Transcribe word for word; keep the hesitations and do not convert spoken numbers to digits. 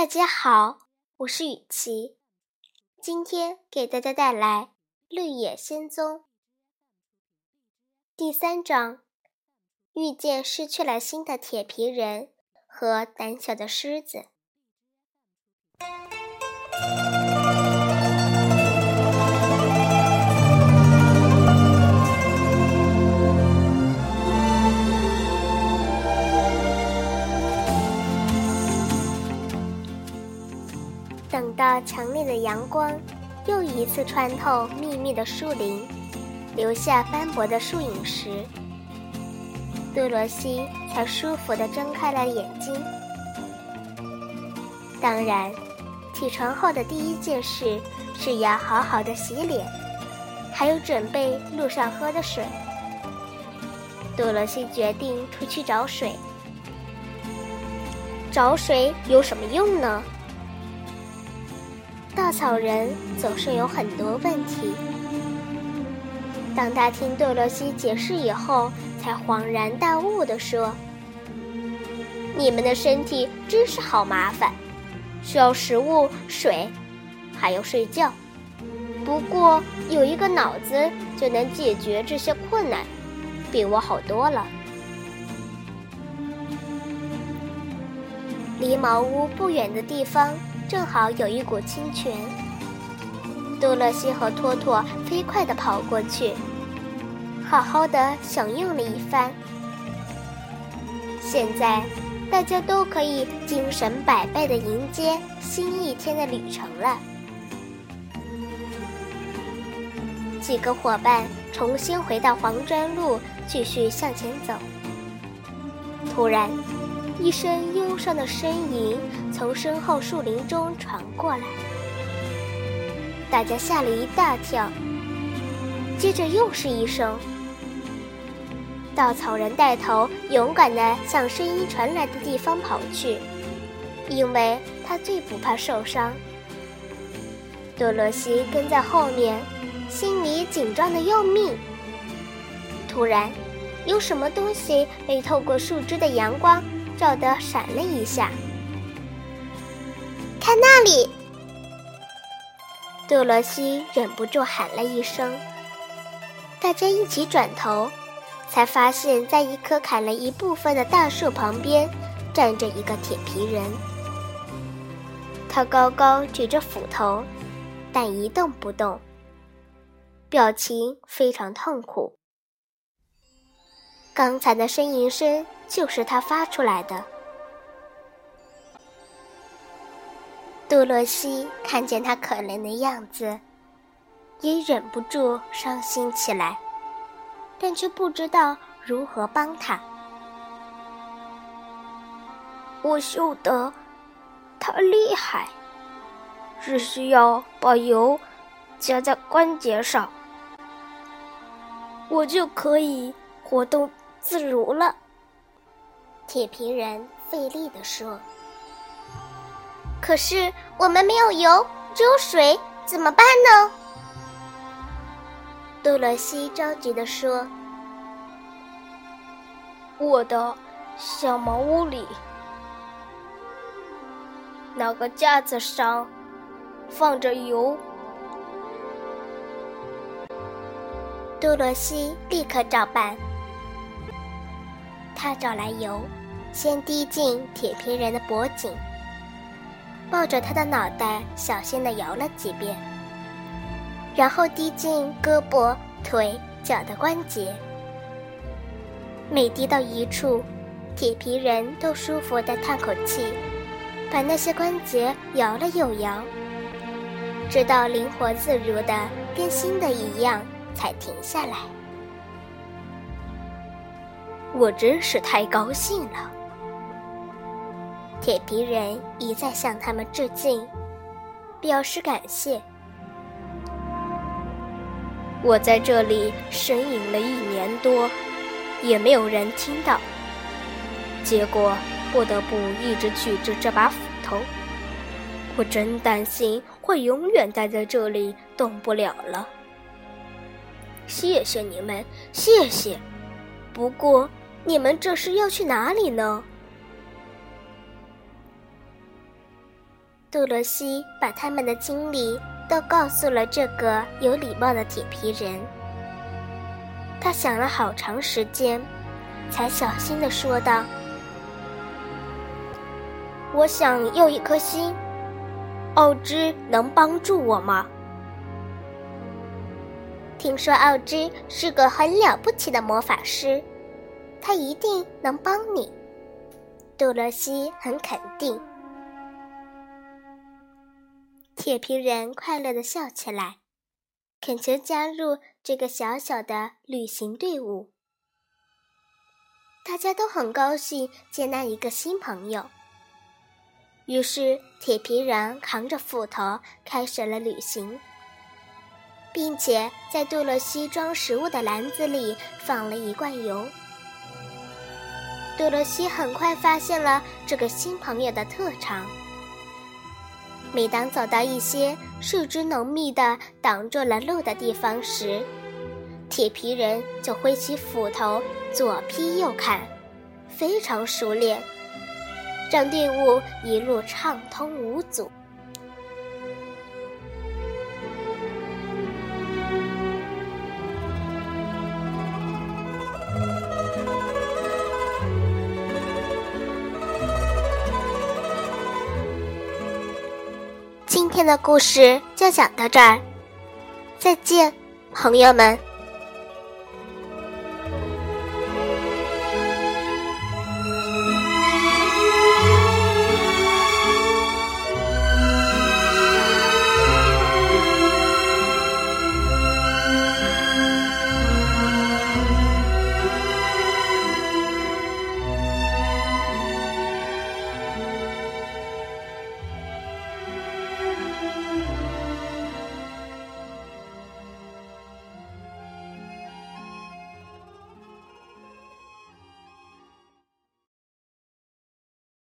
大家好，我是雨琪，今天给大家带来《绿野仙踪》第三章，遇见失去了心的铁皮人和胆小的狮子。等到强烈的阳光又一次穿透密密的树林，留下斑驳的树影时，多萝西才舒服地睁开了眼睛。当然，起床后的第一件事是要好好的洗脸，还有准备路上喝的水。多萝西决定出去找水。找水有什么用呢？稻草人总是有很多问题。当他听多萝西解释以后，才恍然大悟地说：“你们的身体真是好麻烦，需要食物、水，还有睡觉。不过有一个脑子就能解决这些困难，比我好多了。”离茅屋不远的地方正好有一股清泉，多萝西和托托飞快地跑过去，好好地享用了一番。现在大家都可以精神百倍地迎接新一天的旅程了。几个伙伴重新回到黄砖路，继续向前走。突然，一声忧伤的呻吟从身后树林中传过来，大家吓了一大跳。接着又是一声，稻草人带头勇敢地向声音传来的地方跑去，因为他最不怕受伤。多萝西跟在后面，心里紧张得要命。突然，有什么东西被透过树枝的阳光照得闪了一下。看那里！多萝西忍不住喊了一声。大家一起转头，才发现在一棵砍了一部分的大树旁边站着一个铁皮人。他高高举着斧头，但一动不动，表情非常痛苦。刚才的呻吟声就是他发出来的。多萝西看见他可怜的样子，也忍不住伤心起来，但却不知道如何帮他。 我锈得太厉害，只需要把油加在关节上，我就可以活动自如了。 铁皮人费力地说。可是我们没有油，只有水，怎么办呢？多萝西着急地说。 我的小茅屋里那个架子上放着油。 多萝西立刻照办。他找来油，先滴进铁皮人的脖颈，抱着他的脑袋小心地摇了几遍，然后滴进胳膊、腿、脚的关节。每滴到一处，铁皮人都舒服地叹口气，把那些关节摇了又摇，直到灵活自如的跟新的一样才停下来。 我真是太高兴了。 铁皮人一再向他们致敬，表示感谢。 我在这里呻吟了一年多，也没有人听到，结果不得不一直举着这把斧头。我真担心会永远待在这里动不了了。谢谢你们，谢谢。不过你们这是要去哪里呢？ 杜罗西把他们的经历都告诉了这个有礼貌的铁皮人。他想了好长时间，才小心地说道：“我想要一颗心，奥芝能帮助我吗？”听说奥芝是个很了不起的魔法师，他一定能帮你。杜罗西很肯定。铁皮人快乐地笑起来，恳求加入这个小小的旅行队伍。大家都很高兴接纳一个新朋友。于是铁皮人扛着斧头开始了旅行，并且在杜洛西装食物的篮子里放了一罐油。杜洛西很快发现了这个新朋友的特长。每当走到一些树枝浓密的挡住了路的地方时，铁皮人就挥起斧头左劈右砍，非常熟练，让队伍一路畅通无阻。今天的故事就讲到这儿，再见，朋友们。